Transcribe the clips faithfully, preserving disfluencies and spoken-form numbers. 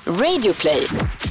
Radioplay.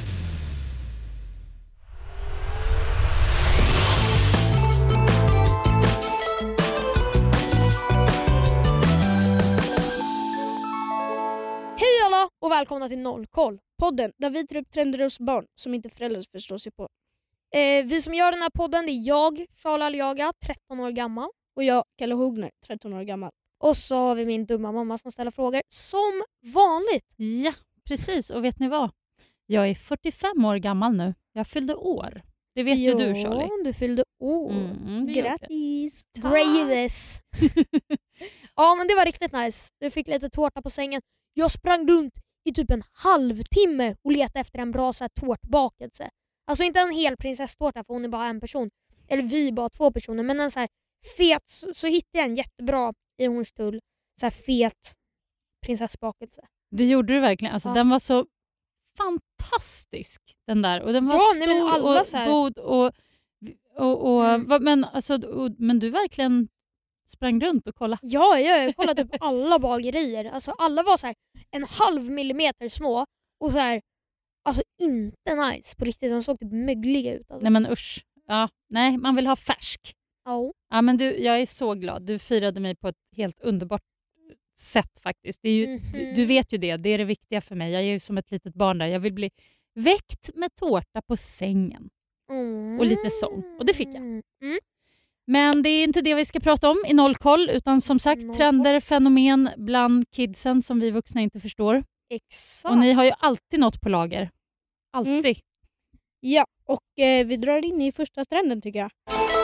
Hej alla och välkomna till Nollkoll. Podden där vi tar upp trender hos barn som inte föräldrar förstår sig på. Eh, vi som gör den här podden det är jag, Charles Aliaga, tretton år gammal. Och jag, Kalle Hogner, tretton år gammal. Och så har vi min dumma mamma som ställer frågor som vanligt. Ja, precis. Och vet ni vad? Jag är fyrtiofem år gammal nu. Jag fyllde år. Det vet jo, ju du, Charlie. du fyllde år. Mm, Grattis! Greatest. Ja, men det var riktigt nice. Du fick lite tårta på sängen. Jag sprang runt i typ en halvtimme och letade efter en bra så här, tårtbakelse. Alltså inte en hel prinsesstårta för hon är bara en person. Eller vi bara två personer. Men en så här fet, så, så hittade jag en jättebra i Hornstull. Så här fet prinsessbakelse. Det gjorde du verkligen. Alltså, Ja. Den var så fantastisk, den där. Och den var Ja, stor nej, men alla och så här- god. Och, och, och, Mm. vad- men, alltså, och, men du verkligen sprang runt och kollade. Ja, jag har kollat upp alla bagerier. Alltså alla var så här en halv millimeter små. Och så här, alltså inte nice på riktigt. De såg typ mögliga ut. Alltså. Nej men usch. Ja, nej, man vill ha färsk. Ja. Ja, men du, jag är så glad. Du firade mig på ett helt underbart sätt faktiskt. Det är ju, Mhm. du, du vet ju det. Det är det viktiga för mig. Jag är ju som ett litet barn där. Jag vill bli väckt med tårta på sängen. Mm. Och lite sång. Och det fick jag. Mm. Men det är inte det vi ska prata om i Nollkoll. Utan som sagt Nollkoll. trender, fenomen bland kidsen som vi vuxna inte förstår. Exakt. Och ni har ju alltid något på lager. Alltid. Mm. Ja, och eh, vi drar in i första trenden tycker jag.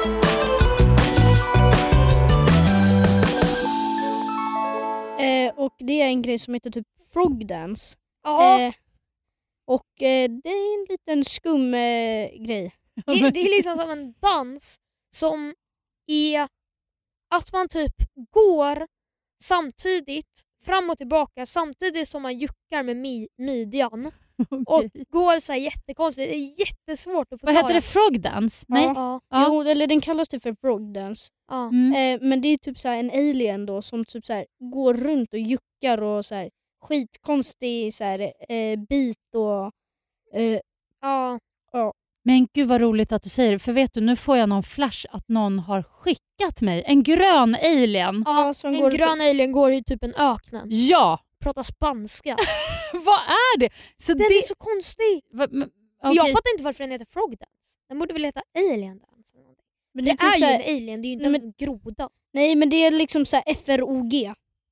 Eh, och det är en grej som heter typ frogdance. Ja, Eh, och eh, det är en liten skum eh, grej. det, det är liksom som en dans som är att man typ går samtidigt fram och tillbaka samtidigt som man juckar med mi- midjan. Och Okej. går så här jättekonstigt. Det är jättesvårt att Vad förklara. heter det? Frogdance? Nej. Ja. Ja. Ja. Jo, eller den kallas typ för frogdance. Ja. Mm. Eh, men det är typ så här en alien då som typ så här går runt och juckar och så här skitkonstig så här, eh, bit och eh, Ja. Men gud vad roligt att du säger det. För vet du, nu får jag någon flash att någon har skickat mig en grön alien. Ja, Ja, som en går- grön alien går i typ en öknen. Ja! Pratar spanska. Vad är det? Så Den det... är så konstig. Va, men, Men Jag okej. fattar inte varför den heter frogdance. Den borde väl heta alien dance. eller någonting. men Det, det är, är typ så ju här, en alien, det är ju inte Nej, en groda. nej men det är liksom så här F R O G.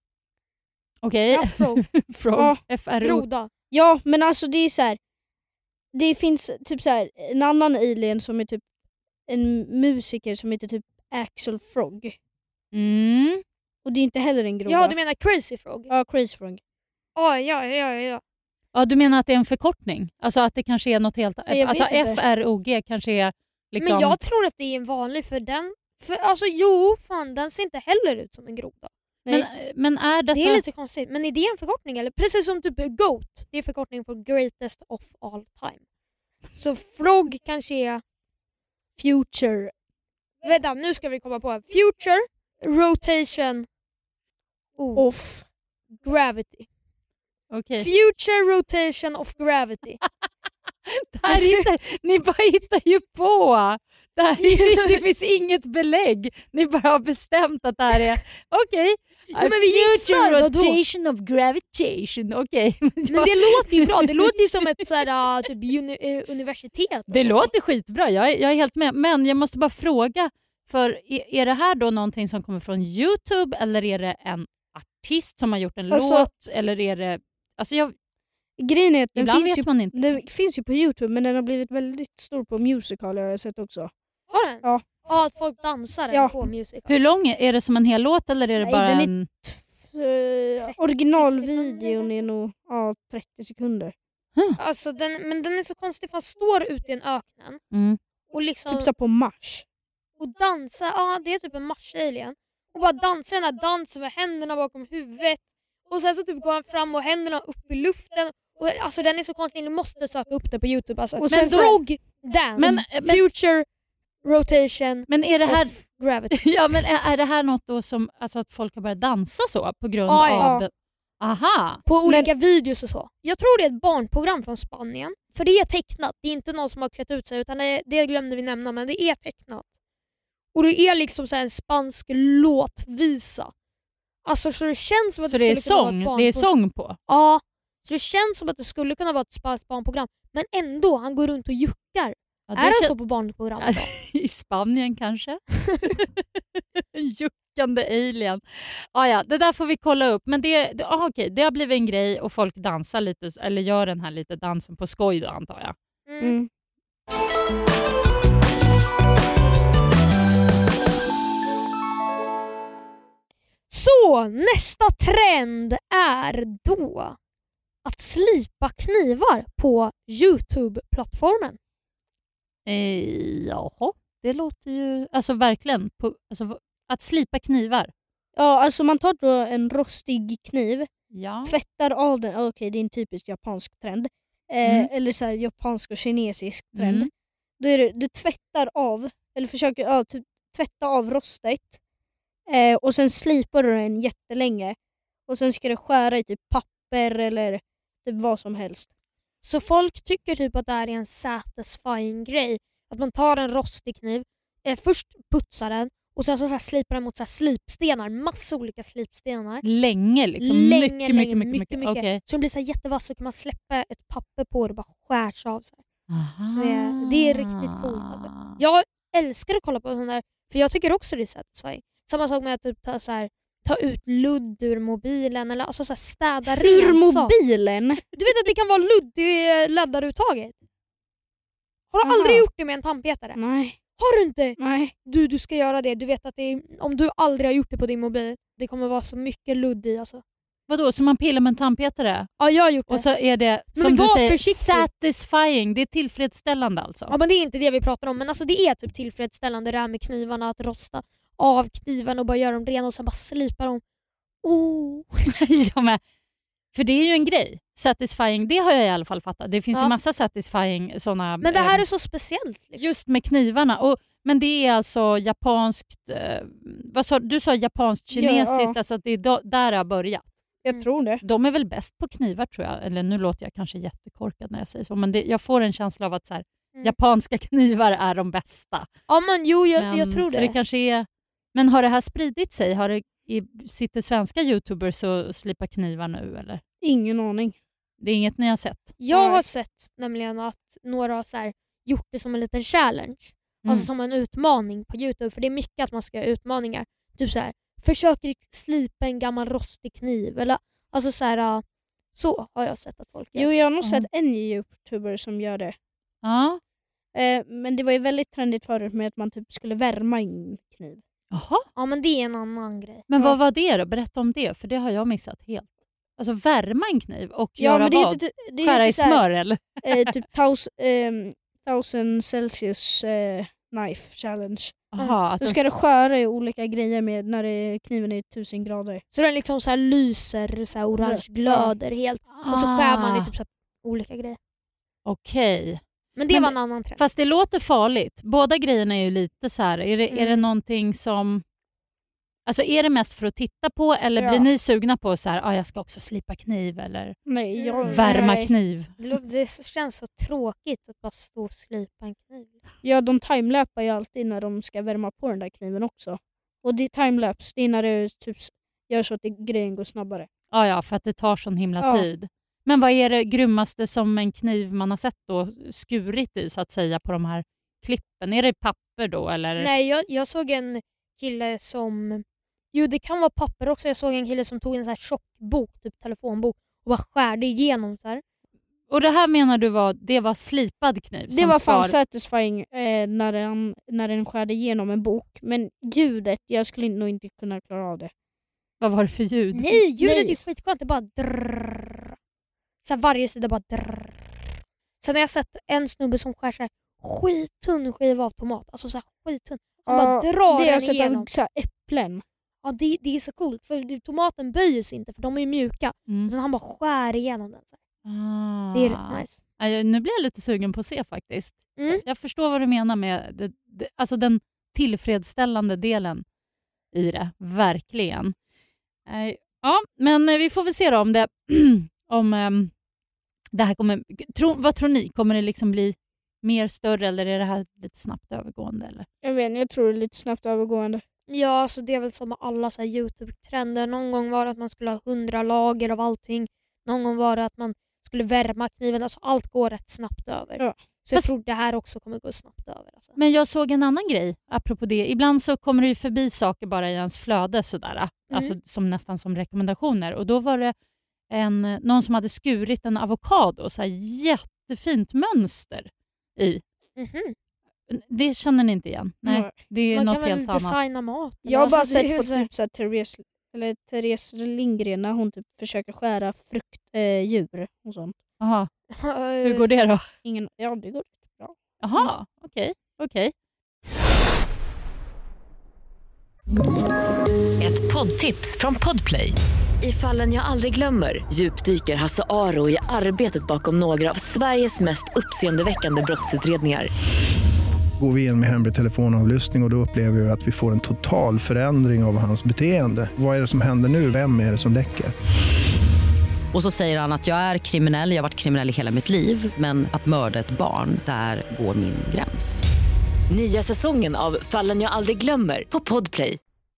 Okej. Ja, frog. Frog. Ja. F R O. Groda. Ja men alltså det är så här. Det finns typ så här en annan alien som är typ en musiker som heter typ Axel Frog. Mm. Och det är inte heller en groda. Ja, du menar crazy frog? Ja, Crazy Frog. Ja, ja, ja, ja. Ja, du menar att det är en förkortning? Alltså att det kanske är något helt... jag vet Alltså inte. F R O G kanske är liksom... Men jag tror att det är en vanlig för den. För alltså jo, fan den ser inte heller ut som en groda. men, Nej. men är detta... Det är lite konstigt. Men är det en förkortning eller? Precis som typ GOAT. Det är förkortning för greatest of all time. Så frog kanske är... Future. Vänta, nu ska vi komma på. Future, rotation, oh, Off. gravity. Okej. Future rotation of gravity. Det här är inte, ni bara hittar ju på. Det, här är, det finns inget belägg. Ni bara har bestämt att det här är... Okej. Ja, men vi gissar, Future vadå? rotation of gravitation. Okej. Men det låter ju bra. Det låter ju som ett såhär, typ uni- eh, universitet. Det låter skitbra. Jag är, jag är helt med. Men jag måste bara fråga. För är, är det här då någonting som kommer från YouTube eller är det en artist som har gjort en Alltså- låt? Eller är det... Alltså jag, Grejen är att den ibland finns, vet ju, man inte. den finns ju på YouTube men den har blivit väldigt stor på Musical har jag sett också. Har den? Ja. Ja, att folk dansar den Ja. på music. Hur lång är, är det som en hel låt eller är det Nej, bara den är- en... Uh, originalvideon är nog ja, trettio sekunder. Alltså, den, men den är så konstig för han står ute i en öknen Mm. och liksom Typ så på Mars. och dansar. Ja, det är typ en Mars-alien. Och bara dansar den här dansen med händerna bakom huvudet. Och sen så typ går han fram och händerna upp i luften. Och, alltså den är så konstig, ni måste söka upp den på YouTube. Alltså. Och Men sen så- frog dance, Men- men- future rotation Men är det här... of gravity. Ja, men är, är det här något då som alltså att folk har börjat dansa så på grund Ja, av ja. det? Aha. På olika videos och så. Jag tror det är ett barnprogram från Spanien. För det är tecknat. Det är inte någon som har klätt ut sig utan det, det glömde vi nämna, men det är tecknat. Och det är liksom så här en spansk låtvisa. Alltså så det känns som att Så det, det är skulle kunna vara ett sång, barnprogram. det är sång på? Ja. Så det känns som att det skulle kunna vara ett spanskt barnprogram. Men ändå, han går runt och juckar. Ja, är det kän- så på barnprogram? Ja, i Spanien kanske? En juckande alien. Ah, ja, det där får vi kolla upp. Men det, det, ah, okay, det har blivit en grej och folk dansar lite, eller gör den här lite dansen på skoj då, antar jag. Mm. Mm. Så nästa trend är då att slipa knivar på YouTube-plattformen. Eh, jaha, det låter ju... Alltså verkligen, på, alltså, att slipa knivar. Ja, alltså man tar då en rostig kniv, Ja. tvättar av den. Okej, okay, det är en typisk japansk trend. Eh, Mm. Eller så här, japansk och kinesisk trend. Mm. Då är det, du tvättar av, eller försöker ja, t- tvätta av rostet. Eh, och sen slipar du den jättelänge. Och sen ska du skära i typ papper eller typ vad som helst. Så folk tycker typ att det här är en satisfying grej. Att man tar en rostig kniv, eh, först putsar den och sen så, så här slipar den mot så här slipstenar. Massa olika slipstenar. Länge liksom? Länge, mycket, länge, mycket, mycket, mycket, mycket. mycket. Okej. Så den blir så här jättevass så kan man släppa ett papper på det och bara skärs av. Så här. Aha. Så det är- det är riktigt coolt, alltså. Jag älskar att kolla på sån där, för jag tycker också det är satisfying. Samma sak med att typ ta, så här, ta ut ludd ur mobilen eller alltså så här, städa Ur rent. Så. mobilen? Du vet att det kan vara ludd i laddaruttaget? Har du Aha. aldrig gjort det med en tandpetare? Nej. Har du inte? Nej. Du, du ska göra det. Du vet att det är, om du aldrig har gjort det på din mobil, det kommer vara så mycket ludd i. Alltså. Vadå, så man pillar med en tandpetare? Ja, jag har gjort det. Och så är det, Men som du var säger, försiktig. satisfying. Det är tillfredsställande alltså. Ja, men det är inte det vi pratar om, men alltså det är typ tillfredsställande det här med knivarna, att rosta av knivarna och bara göra dem rena och sen bara slipa dem. Oh. Ja, men, för det är ju en grej. Satisfying, det har jag i alla fall fattat. Det finns Ja. ju massa satisfying såna, Men det här eh, är så speciellt. Liksom. just med knivarna. Och, men det är alltså japanskt, eh, vad sa, du sa japanskt kinesiskt, Ja. alltså att det är då, där det har börjat. Jag Mm. tror det. De är väl bäst på knivar tror jag. Eller nu låter jag kanske jättekorkad när jag säger så. Men det, jag får en känsla av att så här, Mm. japanska knivar är de bästa. Ja, men jo, jag, Men, jag tror så det. det kanske är, men har det här spridit sig? Har det, i, sitter svenska youtubers och slipar knivar nu? Eller? Ingen aning. Det är inget ni har sett? Jag har Nej. sett nämligen att några har så här, gjort det som en liten challenge. Mm. Alltså som en utmaning på Youtube. För det är mycket att man ska göra utmaningar. Typ så här, försöker slipa en gammal rostig kniv. Eller, alltså så här, uh, så har jag sett att folk gör. Jo, jag har nog Ja. sett en youtuber som gör det. Ja. Eh, men det var ju väldigt trendigt förut med att man typ skulle värma en kniv. Jaha. Ja, men det är en annan grej. Men Ja. vad var det då? Berätta om det, för det har jag missat helt. Alltså värma en kniv och Ja, göra men det vad? heter, det Skära heter i så här, smör eller? eh, typ taus, eh, thousand celsius eh, knife challenge. Jaha, att Så den- ska du skära i olika grejer med när det, kniven är tusen grader. Så den liksom så här lyser, så här orange, Rött, ja. glöder helt. Och så skär man i Ah, typ så här olika grejer. Okej. Men det Men var det- en annan trend. Fast det låter farligt. Båda grejerna är ju lite så här. Är det, är det Mm. någonting som... Alltså är det mest för att titta på eller Ja. blir ni sugna på så här, ah, jag ska också slipa kniv eller Nej, jag, Mm. värma nej. kniv? Det, lå- det känns så tråkigt att bara stå och slipa en kniv. Ja, de timelapar ju alltid när de ska värma på den där kniven också. Och det timelapse, det är när det typ s- gör så att det, grejen går snabbare. Ja, ja, för att det tar sån himla Ja. tid. Men vad är det grymmaste som en kniv man har sett då skurit i så att säga på de här klippen? Är det papper då eller? Nej, jag, jag såg en kille som... Jo, det kan vara papper också. Jag såg en kille som tog en så här tjock bok, typ telefonbok, och bara skärde igenom så här. Och det här menar du var, det var slipad kniv? Det som var fan svar- satisfying eh, när, den, när den skärde igenom en bok. Men ljudet, jag skulle nog inte kunna klara av det. Vad var det för ljud? Nej, ljudet Nej. är skitskönt. Det bara drrrr. Så här, varje sida bara drrrr. Sen har jag sett en snubbe som skär så här skittunn skiva av tomat. Alltså så här skittunn. Han bara drar det har den jag sett igenom. av så här äpplen. Ja, det, det är så coolt. För tomaten böjer sig inte för de är ju mjuka. Mm. Sen han bara skär igenom den. Så här. Ah. Det är rätt nice. Ja, nu blir jag lite sugen på att se faktiskt. Mm. Jag förstår vad du menar med det, det, alltså den tillfredsställande delen i det. Verkligen. Eh, Ja, men vi får väl se då om det om um, det här kommer tro, vad tror ni, kommer det liksom bli mer större eller är det här lite snabbt övergående eller? Jag vet inte, jag tror det är lite snabbt övergående. Ja, alltså det är väl som med alla så här YouTube-trender. Någon gång var det att man skulle ha hundra lager av allting. Någon gång var det att man skulle värma kniven. Alltså allt går rätt snabbt över. Ja. Så Fast, jag tror det här också kommer gå snabbt över. Alltså. Men jag såg en annan grej apropå det. Ibland så kommer det ju förbi saker bara i ens flöde sådär. Mm. Alltså som, nästan som rekommendationer. Och då var det en, någon som hade skurit en avokado. Så här jättefint mönster i. Mm-hmm. Det känner ni inte igen? Nej, Nej. det är man något kan väl helt annat. designa mat. Jag har alltså, bara sett det är på så här- typ så här Therese, eller Therese Lindgren när hon typ försöker skära fruktdjur eh, djur och sånt. Jaha, hur går det då? Ingen, ja, det går bra. Jaha, okej. okej. Ett poddtips från Podplay. I Fallen jag aldrig glömmer djupdyker Hasse Aro i arbetet bakom några av Sveriges mest uppseendeväckande brottsutredningar. Går vi in med hemlig telefonavlyssning och, och då upplever vi att vi får en total förändring av hans beteende. Vad är det som händer nu? Vem är det som läcker? Och så säger han att jag är kriminell, jag har varit kriminell i hela mitt liv. Men att mörda ett barn, där går min gräns. Nya säsongen av Fallen jag aldrig glömmer på Podplay.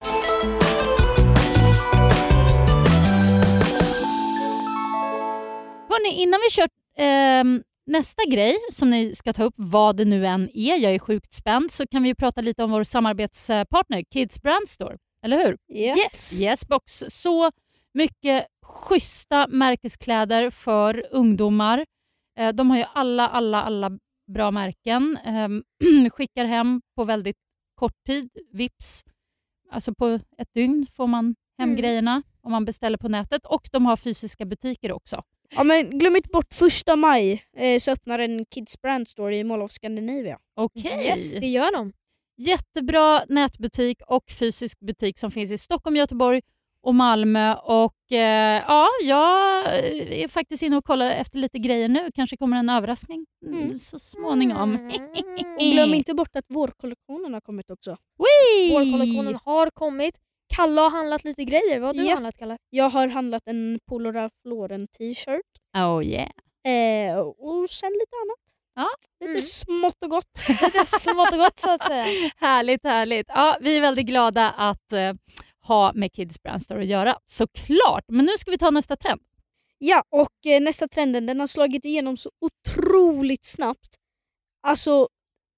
Hörrni, innan vi kört eh, nästa grej som ni ska ta upp, vad det nu än är, jag är sjukt spänd, så kan vi ju prata lite om vår samarbetspartner Kids Brand Store, eller hur? Yeah. Yes! Yes box. Så mycket schyssta märkeskläder för ungdomar. Eh, de har ju alla, alla, alla bra märken. Eh, skickar hem på väldigt kort tid, vips. Alltså på ett dygn får man hem Mm. grejerna om man beställer på nätet. Och de har fysiska butiker också. Ja, men glöm inte bort första maj eh, så öppnar en Kids Brand Store i Mall of Scandinavia. Okej. Yes, det gör de. Jättebra nätbutik och fysisk butik som finns i Stockholm, Göteborg och Malmö. Och eh, ja, jag är faktiskt inne och kollar efter lite grejer nu. Kanske kommer en överraskning mm. så småningom. Och glöm inte bort att vårkollektionen har kommit också. Whee! Vårkollektionen har kommit. Kalle har handlat lite grejer. Vad har du Ja. handlat, Kalle? Jag har handlat en Polo Ralph Lauren t-shirt. Oh yeah. Eh, och sen lite annat. Ja. Lite Mm. smått och gott. Lite smått och gott så att säga. Härligt, härligt. Ja, vi är väldigt glada att eh, ha med Kids Brand Store att göra. Såklart. Men nu ska vi ta nästa trend. Ja, och eh, nästa trenden, den har slagit igenom så otroligt snabbt. Alltså,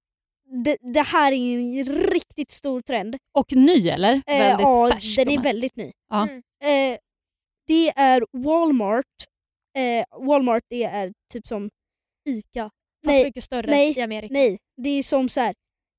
det, det här är en riktigt stor trend. Och ny, eller? Eh, väldigt ja, färsk. den de är här. väldigt ny. Ja. Mm. Eh, det är Walmart. Eh, Walmart det är typ som... Ica. Fast Nej, mycket större nej, i Amerika. Nej, det är som så här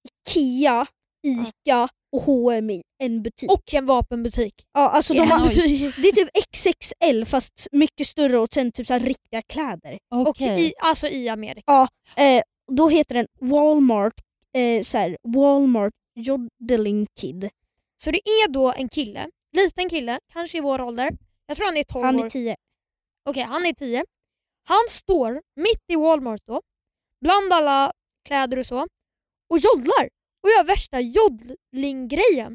Ikea, Ica och H och M i en butik. Och en vapenbutik. ja, alltså de En har, butik. det är typ X X L fast mycket större och sen typ så här riktiga kläder. Och Okej. i, alltså i Amerika. Eh, då heter den Walmart eh, så här, Walmart Jodeling Kid. Så det är då en kille, liten kille, kanske i vår ålder. Jag tror han är tolv Han år. är tio. Okej, han är tio. Han står mitt i Walmart då, bland alla kläder och så, och joddlar. Och gör värsta joddling-grejen.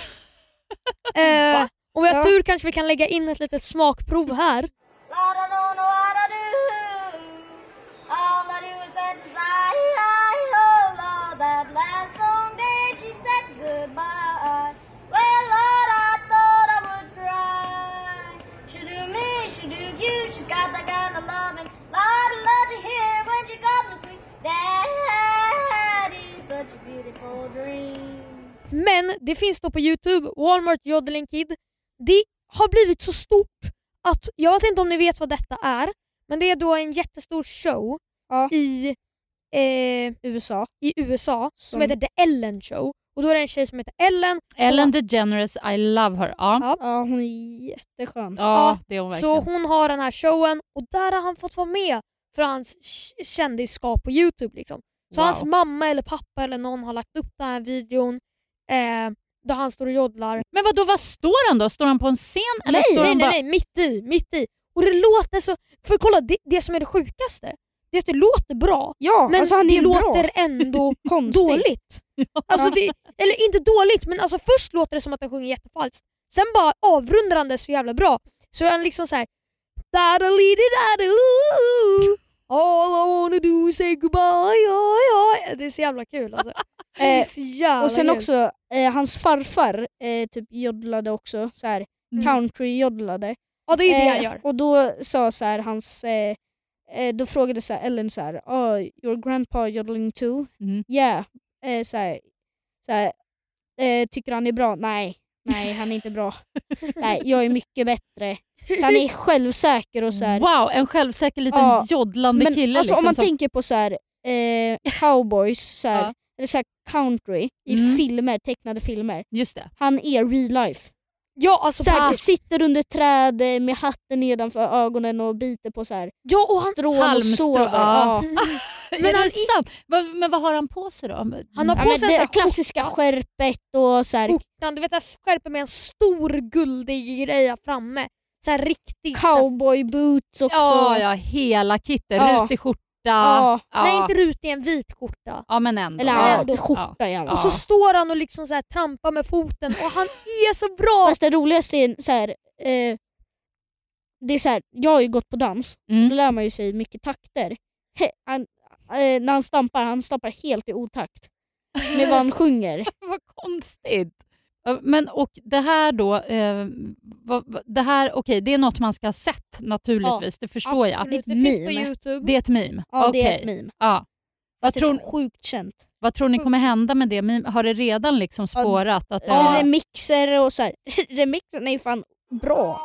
eh, om vi har Ja. tur kanske vi kan lägga in ett litet smakprov här. I don't know what I do. All I do is set desire. Oh Lord, that last long day she said goodbye. Well Lord, I thought I would cry. She do me, she do you. She's got that kind of loving. Lord, I love to hear when she calls me sweet daddy. Such a beautiful dream. Men det finns då på YouTube, Walmart Jodeling Kid. Det har blivit så stort att, jag vet inte om ni vet vad detta är, men det är då en jättestor show Ja. i, eh, U S A. i U S A som, Som- heter The Ellen Show. Och då är det en tjej som heter Ellen. Ellen som, DeGeneres, I love her. Ja, Ja. Ja, hon är jätteskön. ja, Ja, det är hon så verkligen. hon har den här showen och där har han fått vara med för hans k- kändisskap på YouTube. Liksom. Så Wow. hans mamma eller pappa eller någon har lagt upp den här videon eh, där han står och joddlar. Men vad då, vad står han då? Står han på en scen? Eller Nej, står nej, han nej, bara... nej, mitt i, mitt i. Och det låter så... För kolla, det, det som är det sjukaste, det är att det låter bra, Ja, men alltså han är det ju låter bra. ändå Konstigt. dåligt. Alltså det, eller inte dåligt, men alltså först låter det som att den sjunger jättefalskt. Sen bara avrundar han det så jävla bra. Så är han liksom så här. All I wanna do is say goodbye. Det är så jävla kul alltså. Det är så jävla Och sen kul. också, eh, hans farfar eh, typ joddlade också, så här Mm. country joddlade. Ja, det är det Eh, han gör. Och då sa så här, hans, eh, eh, då frågade så här, Ellen så här, oh, your grandpa joddling too? Mm. Yeah. Eh, så här, så här, eh, tycker han är bra? Nej, nej han är inte bra. Nej, jag är mycket bättre. Så han är självsäker och så här. Wow, en självsäker liten Ja, joddlande Men kille. alltså, liksom, om man som... tänker på så här, eh, cowboys så här, Ja. eller så här country i Mm. filmer, tecknade filmer. Just det. Han är real life. Ja, alltså Så här, på- sitter under träd eh, med hatten nedanför ögonen och biter på så här ja, och han, strån och halmstrå, sover. ja. Ja. Men Men är han det sant? Va, men vad har han på sig då? Han har Ja, på men sig det så här klassiska skärpet och så här, skjortan, du vet jag skärper med en stor guldig grej här framme. Så här riktigt. så här- cowboy boots också. Ja, ja, hela kittet. Ja. Rutig skjorta. Ja. Ja. Nej, inte rutig, en vit skjorta. Ja, men ändå. Eller Ja. ja, det är skjorta i alla Och fall. så står han och liksom så här trampar med foten och han är så bra. Fast det roligaste är så här, eh, det är så här, jag har ju gått på dans. Då Mm. lär man ju sig mycket takter. He, han, eh, när han stampar, han stampar helt i otakt med vad han sjunger. Vad konstigt. Ja, men och det här då, eh, vad, vad- det här, okej, det är något man ska ha sett naturligtvis, det förstår jag. Absolut, Det är det ett finns på meme. YouTube. Det är ett meme. Ja, det är Okej. ett meme. Ja. Vad, Det är tror, sjukt känt. vad tror ni kommer hända med det meme? Har det redan liksom spårat? Att det, Ja. Remixer och så här. Remixen är ju fan bra.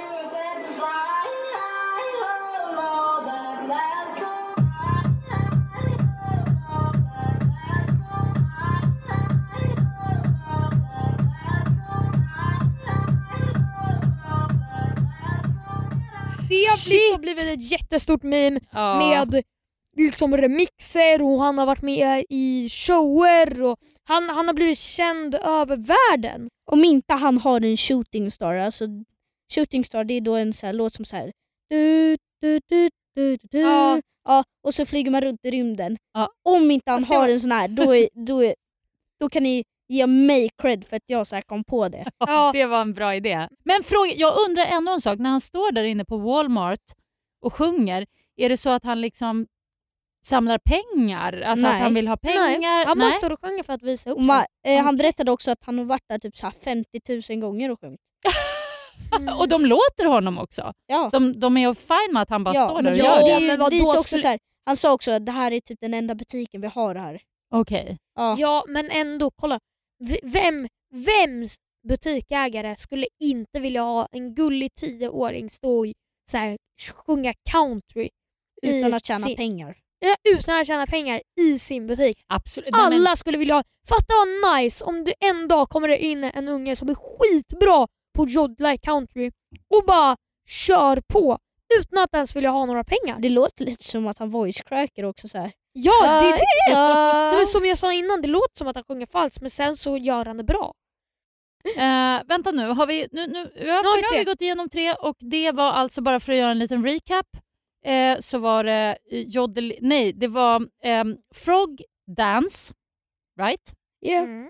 Det har Shit. liksom blivit ett jättestort meme ja. med liksom remixer och han har varit med i shower och han, han har blivit känd över världen. Om inte han har en shooting star, alltså shooting star det är då en så här låt som så här du, du, du, du, du, Ja. ja, och så flyger man runt i rymden. Ja. Om inte han Fast det har var- en sån här då, är, då, är, då kan ni ge mig cred för att jag så här kom på det. Ja. Det var en bra idé. Men fråga, jag undrar ändå en sak. När han står där inne på Walmart och sjunger, är det så att han liksom samlar pengar? Alltså Nej. att han vill ha pengar? Nej, han måste stå och sjunga för att visa upp Och ma- sig. eh, han berättade också att han har varit där typ så här femtio tusen gånger och sjungit. Mm. Och de låter honom också. Ja. De, de är fine med att han bara Ja, står där men och ja, gör det det. är ju men vadå, lite också skulle- så här, han sa också att det här är typ den enda butiken vi har här. Okej. Ja. Ja, men ändå, kolla. V- Vem, vems butiksägare skulle inte vilja ha en gullig tioåring stå och så här, sjunga country Utan i att tjäna sin, pengar. Ja, utan att tjäna pengar i sin butik. Absolut. Nej, men- Alla skulle vilja ha. Fatta vad nice om det en dag kommer det in en unge som är skitbra på joddla i country och bara kör på utan att ens vilja ha några pengar. Det låter lite som att han voice cracker också så här. Ja, det, det, Ja. Nej, men som jag sa innan, det låter som att han sjunger falskt men sen så gör han det bra. Eh, vänta nu, har vi, nu, nu, ja, för har vi nu har tre. vi gått igenom tre och det var alltså, bara för att göra en liten recap, eh, så var det eh, joddel, nej det var ehm, Frog Dance, right? Yeah. Mm.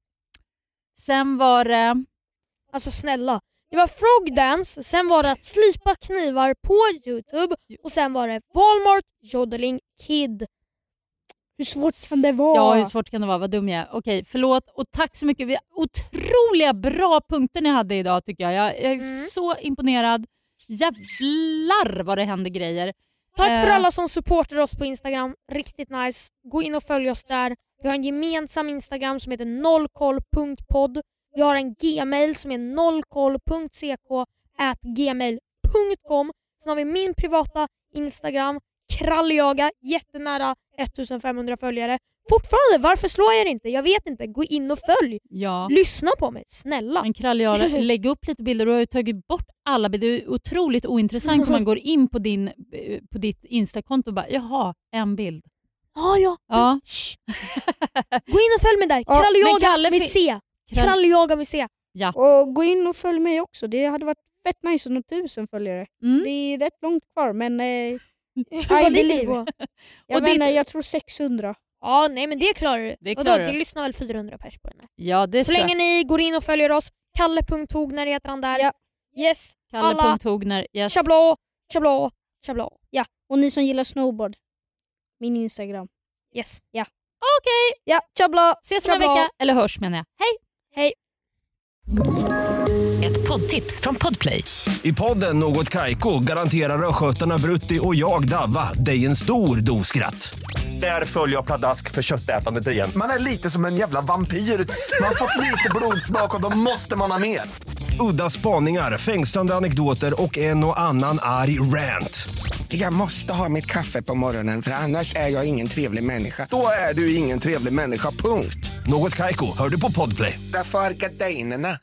Sen var det, Alltså snälla. Det var Frog Dance, sen var det att slipa knivar på YouTube och sen var det Walmart Jodeling Kid. Hur svårt kan det vara? ja hur svårt kan det vara, vad dum jag är. Okej, förlåt och tack så mycket. Vi har otroliga bra punkter ni hade idag tycker jag. Jag, jag är Mm. så imponerad. Jävlar vad det händer grejer. Tack för Eh. alla som supportar oss på Instagram. Riktigt nice. Gå in och följ oss där. Vi har en gemensam Instagram som heter nollkoll punkt podd. Vi har en gmail som är nollkoll punkt c k at gmail punkt com. Sen har vi min privata Instagram, kralljaga, jättenära femtonhundra följare. Fortfarande, varför slår jag er inte? Jag vet inte. Gå in och följ. Ja. Lyssna på mig, snälla. Men Kralle, jag lägg upp lite bilder. Du har ju tagit bort alla bilder. Det är otroligt ointressant om man går in på, din, eh, på ditt Instakonto och bara, jaha, en bild. Ah, ja, Ja. Shh. Gå in och följ mig där. Ja, men Kralljaga Kalle med fin- C. Krall- Kralljaga med C. Och gå in och följ mig också. Det hade varit fett nice att nå tusen följare. Mm. Det är rätt långt kvar men eh, Vad I ligger det believe. på? jag, Och menar, ditt- jag tror sexhundra. Ja, nej men det klarar du. Det Och klarar då, du. det lyssnar väl fyrahundra pers på den här. Ja, det Så tror länge jag. ni går in och följer oss Kalle.Hogner heter han där. Ja. Yes. Alla. Kalle.Hogner. Yes. Chabla, chabla, chabla. Ja, och ni som gillar snowboard. Min Instagram. Yes. Ja. Okej. Ja, tjabla. Ses om en Chabla. vecka. Eller hörs menar jag. Hej. Hej. Ett poddtips från Podplay. I podden Något Kaiko garanterar östgötarna Brutti och jag Davva dig en stor dos skratt. Där följer jag pladask för köttätandet igen. Man är lite som en jävla vampyr. Man har fått lite blodsmak och då måste man ha mer. Udda spaningar, fängslande anekdoter och en och annan arg rant. Jag måste ha mitt kaffe på morgonen för annars är jag ingen trevlig människa. Då är du ingen trevlig människa, punkt. Något Kaiko, hör du på Podplay. Därför är gardinerna.